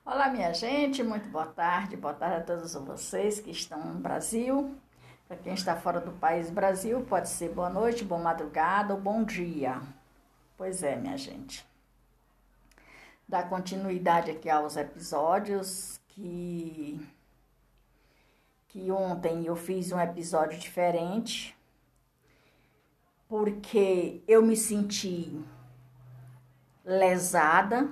Olá, minha gente, muito boa tarde a todos vocês que estão no Brasil. Para quem está fora do país Brasil, pode ser boa noite, boa madrugada ou bom dia. Pois é, minha gente. Dá continuidade aqui aos episódios que ontem eu fiz um episódio diferente, porque eu me senti lesada.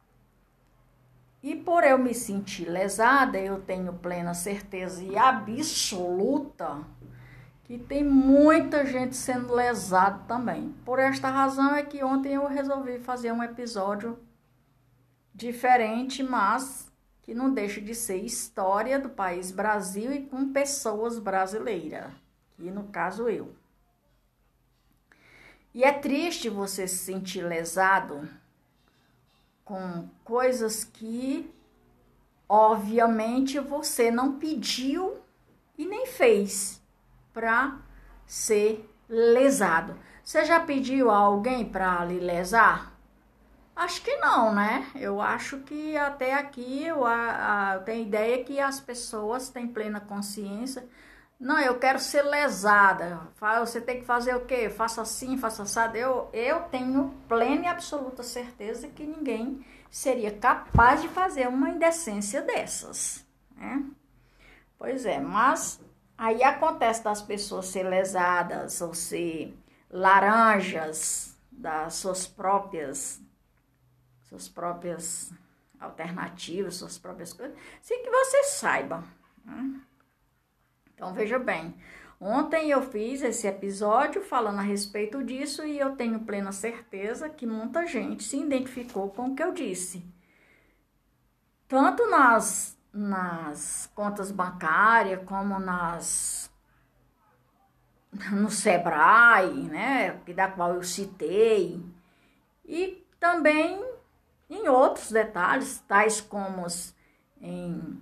E por eu me sentir lesada, eu tenho plena certeza e absoluta que tem muita gente sendo lesada também. Por esta razão é que ontem eu resolvi fazer um episódio diferente, mas que não deixa de ser história do país Brasil e com pessoas brasileiras, que no caso eu. E é triste você se sentir lesado com coisas que, obviamente, você não pediu e nem fez para ser lesado. Você já pediu a alguém para lhe lesar? Acho que não, né? Eu acho que até aqui eu tenho ideia que as pessoas têm plena consciência. Não, eu quero ser lesada. Você tem que fazer o quê? Faça assim, faça assado. Eu tenho plena e absoluta certeza que ninguém seria capaz de fazer uma indecência dessas, né? Pois é, mas aí acontece das pessoas ser lesadas ou ser laranjas das suas próprias alternativas, suas próprias coisas, sem que você saiba, né? Então, veja bem, ontem eu fiz esse episódio falando a respeito disso e eu tenho plena certeza que muita gente se identificou com o que eu disse. Tanto nas contas bancárias, como no Sebrae, né, da qual eu citei, e também em outros detalhes, tais como em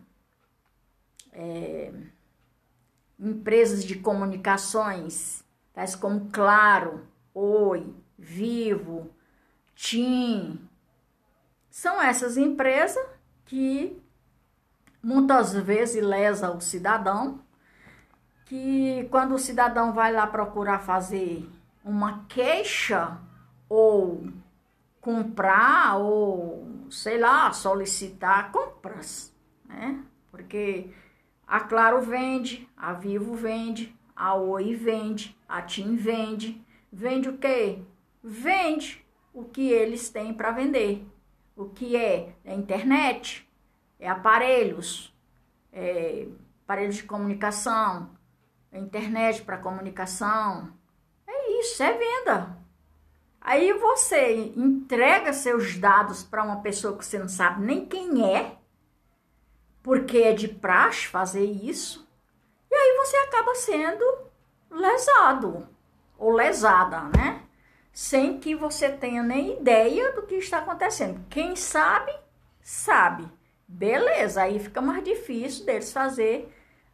empresas de comunicações, tais como Claro, Oi, Vivo, TIM. São essas empresas que muitas vezes lesam o cidadão, que quando o cidadão vai lá procurar fazer uma queixa ou comprar ou, sei lá, solicitar compras, né? Porque a Claro vende, a Vivo vende, a Oi vende, a TIM vende. Vende o quê? Vende o que eles têm para vender. O que é? É internet, é aparelhos de comunicação, é internet para comunicação. É isso, é venda. Aí você entrega seus dados para uma pessoa que você não sabe nem quem é, porque é de praxe fazer isso, e aí você acaba sendo lesado ou lesada, né? Sem que você tenha nem ideia do que está acontecendo. Quem sabe, sabe. Beleza, aí fica mais difícil deles fazer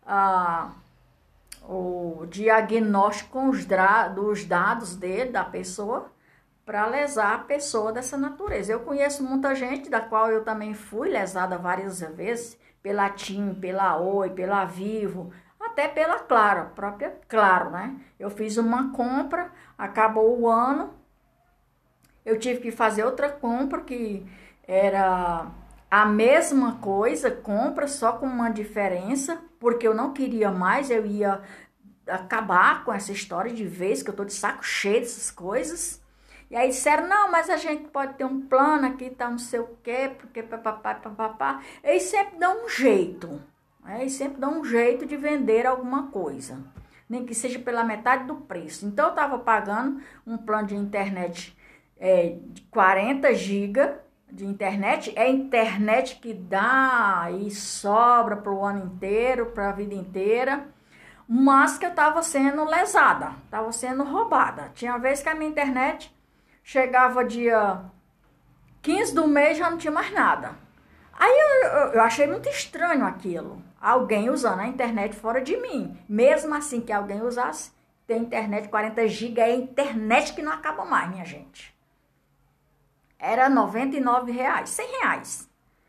o diagnóstico com dos dados da pessoa para lesar a pessoa dessa natureza. Eu conheço muita gente, da qual eu também fui lesada várias vezes, pela TIM, pela Oi, pela Vivo, até pela Claro, a própria Claro, né? Eu fiz uma compra, acabou o ano, eu tive que fazer outra compra que era a mesma coisa, compra só com uma diferença, porque eu não queria mais, eu ia acabar com essa história de vez, que eu tô de saco cheio dessas coisas. E aí disseram, não, mas a gente pode ter um plano aqui, tá não sei o quê, porque papapá. Eles sempre dão um jeito, né? Eles sempre dão um jeito de vender alguma coisa, nem que seja pela metade do preço. Então, eu tava pagando um plano de internet de 40 GB de internet, é internet que dá e sobra para o ano inteiro, para a vida inteira, mas que eu tava sendo lesada, tava sendo roubada. Tinha vez que a minha internet chegava dia 15 do mês, já não tinha mais nada. Aí eu achei muito estranho aquilo. Alguém usando a internet fora de mim. Mesmo assim que alguém usasse, tem internet 40 GB, é internet que não acaba mais, minha gente. Era R$ 99, R$100.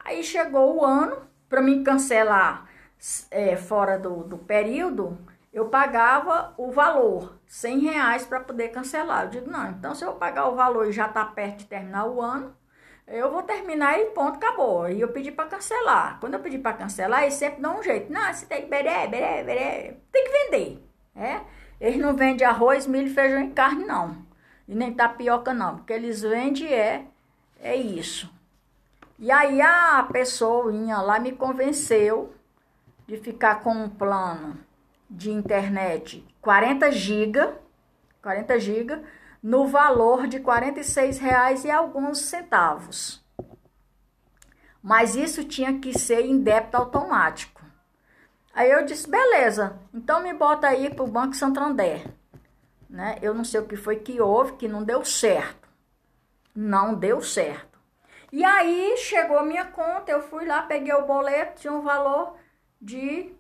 Aí chegou o ano, para mim cancelar fora do período, eu pagava o valor, R$ 100 para poder cancelar. Eu digo, não, então se eu pagar o valor e já tá perto de terminar o ano, eu vou terminar e ponto, acabou. E eu pedi para cancelar. Quando eu pedi para cancelar, eles sempre dão um jeito. Não, você tem que tem que vender. Eles não vendem arroz, milho, feijão e carne, não. E nem tapioca, não. Porque eles vendem é isso. E aí a pessoinha lá me convenceu de ficar com um plano de internet 40 GB, no valor de R$ 46 e alguns centavos. Mas isso tinha que ser em débito automático. Aí eu disse, beleza, então me bota aí pro Banco Santander. Né? Eu não sei o que foi que houve, que não deu certo. Não deu certo. E aí chegou a minha conta, eu fui lá, peguei o boleto, tinha um valor de R$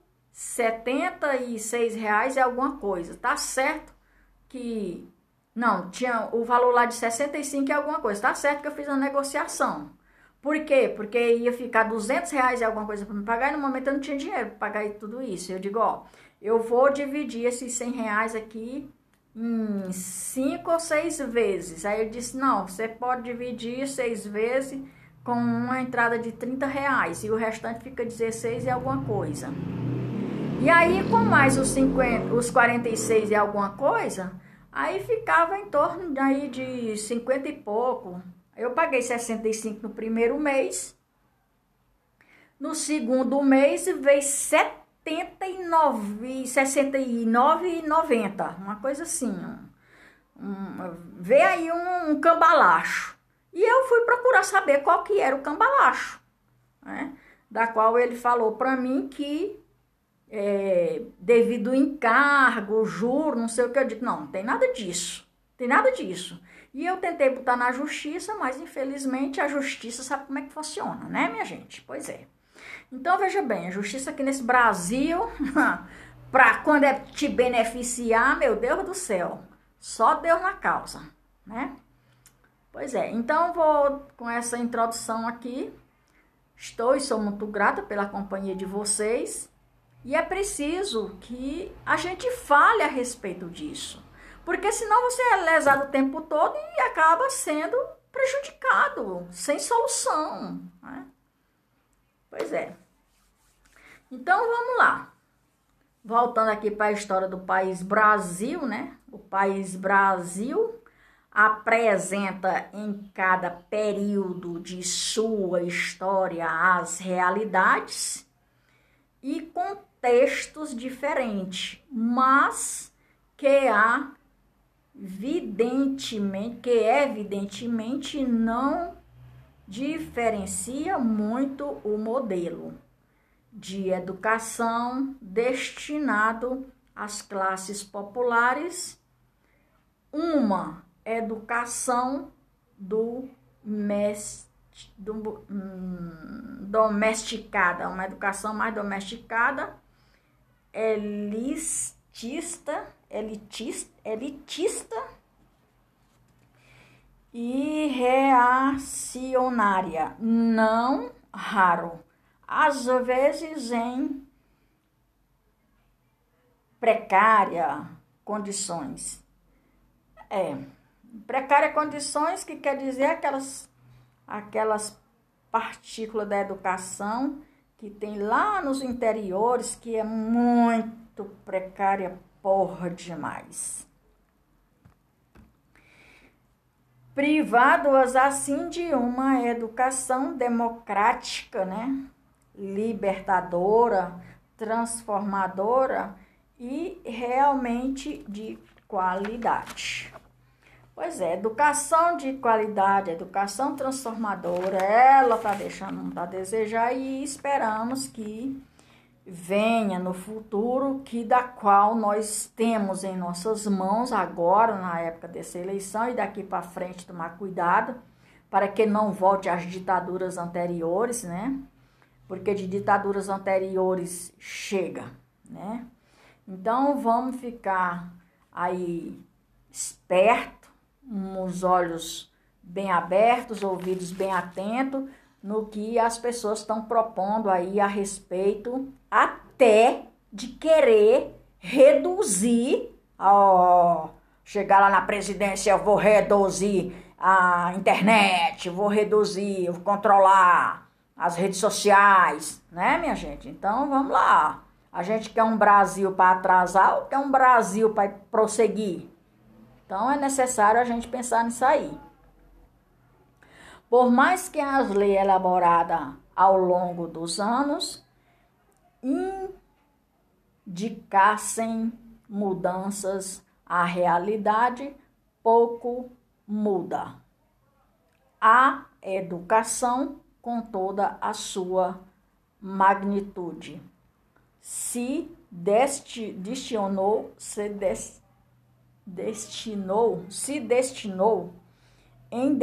76 e alguma coisa. Tá certo que... Não, tinha o valor lá de 65 e alguma coisa. Tá certo que eu fiz uma negociação. Por quê? Porque ia ficar R$ 200 e alguma coisa para me pagar e no momento eu não tinha dinheiro para pagar tudo isso. Eu digo, ó, eu vou dividir esses R$ 100 aqui em 5 ou 6 vezes. Aí eu disse, não, você pode dividir 6 vezes com uma entrada de R$ 30 e o restante fica 16 e alguma coisa. E aí com mais os 46 e alguma coisa, aí ficava em torno daí de 50 e pouco. Eu paguei 65 no primeiro mês. No segundo mês veio 69,90, uma coisa assim. Veio aí um cambalacho. E eu fui procurar saber qual que era o cambalacho, né? Da qual ele falou para mim que devido ao encargo, juro, não sei o que. Eu digo, não tem nada disso. Tem nada disso. E eu tentei botar na justiça, mas infelizmente a justiça sabe como é que funciona, né, minha gente? Pois é. Então, veja bem, a justiça aqui nesse Brasil, para quando é te beneficiar, meu Deus do céu, só Deus na causa, né? Pois é, então vou com essa introdução aqui. Estou e sou muito grata pela companhia de vocês. E é preciso que a gente fale a respeito disso. Porque senão você é lesado o tempo todo e acaba sendo prejudicado, sem solução, né? Pois é. Então, vamos lá. Voltando aqui para a história do país Brasil, né? O país Brasil apresenta em cada período de sua história as realidades e contextos diferentes, mas que evidentemente não diferencia muito o modelo de educação destinado às classes populares, uma educação domesticada, uma educação mais domesticada, elitista e reacionária, não raro, às vezes em precária condições. Precária condições, que quer dizer aquelas partículas da educação que tem lá nos interiores, que é muito precária, porra demais. Privados assim de uma educação democrática, né? Libertadora, transformadora e realmente de qualidade. Pois é, educação de qualidade, educação transformadora, ela tá deixando muito a desejar e esperamos que venha no futuro, que da qual nós temos em nossas mãos agora, na época dessa eleição, e daqui para frente tomar cuidado para que não volte às ditaduras anteriores, né? Porque de ditaduras anteriores chega, né? Então vamos ficar aí esperto, os olhos bem abertos, ouvidos bem atentos, no que as pessoas estão propondo aí a respeito até de querer reduzir, chegar lá na presidência, eu vou reduzir a internet, vou reduzir, vou controlar as redes sociais, né, minha gente? Então, vamos lá. A gente quer um Brasil para atrasar ou quer um Brasil para prosseguir? Então, é necessário a gente pensar nisso aí. Por mais que as leis elaboradas ao longo dos anos indicassem mudanças, a realidade pouco muda. A educação, com toda a sua magnitude, se destinou em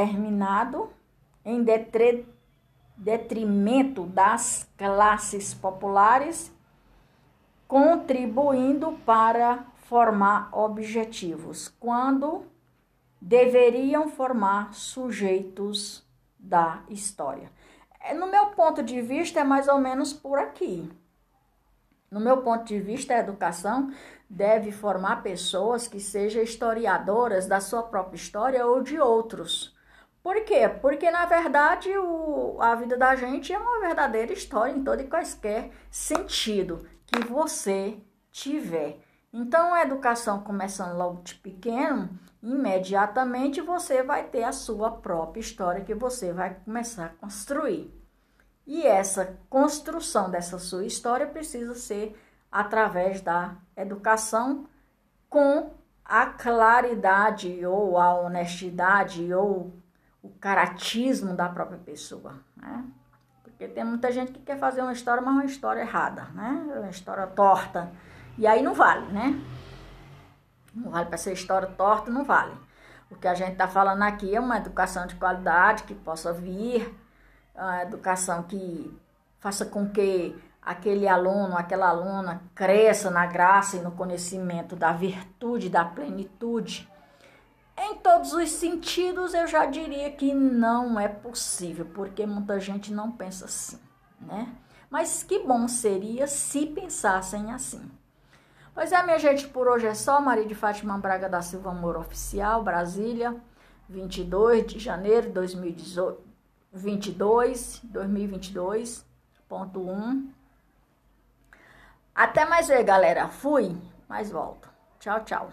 detrimento das classes populares, contribuindo para formar objetivos, quando deveriam formar sujeitos da história. No meu ponto de vista, é mais ou menos por aqui. No meu ponto de vista, a educação deve formar pessoas que sejam historiadoras da sua própria história ou de outros. Por quê? Porque, na verdade, a vida da gente é uma verdadeira história em todo e quaisquer sentido que você tiver. Então, a educação começando logo de pequeno, imediatamente você vai ter a sua própria história que você vai começar a construir. E essa construção dessa sua história precisa ser através da educação, com a claridade ou a honestidade ou o caratismo da própria pessoa, né? Porque tem muita gente que quer fazer uma história, mas uma história errada, né? Uma história torta. E aí não vale, né? Não vale para ser história torta, não vale. O que a gente está falando aqui é uma educação de qualidade que possa vir, uma educação que faça com que aquele aluno, aquela aluna cresça na graça e no conhecimento da virtude, da plenitude. Em todos os sentidos, eu já diria que não é possível, porque muita gente não pensa assim, né? Mas que bom seria se pensassem assim. Pois é, minha gente, por hoje é só. Maria de Fátima Braga da Silva Moura Oficial, Brasília, 22 de janeiro de 2022.1. Até mais ver, galera. Fui, mas volto. Tchau, tchau.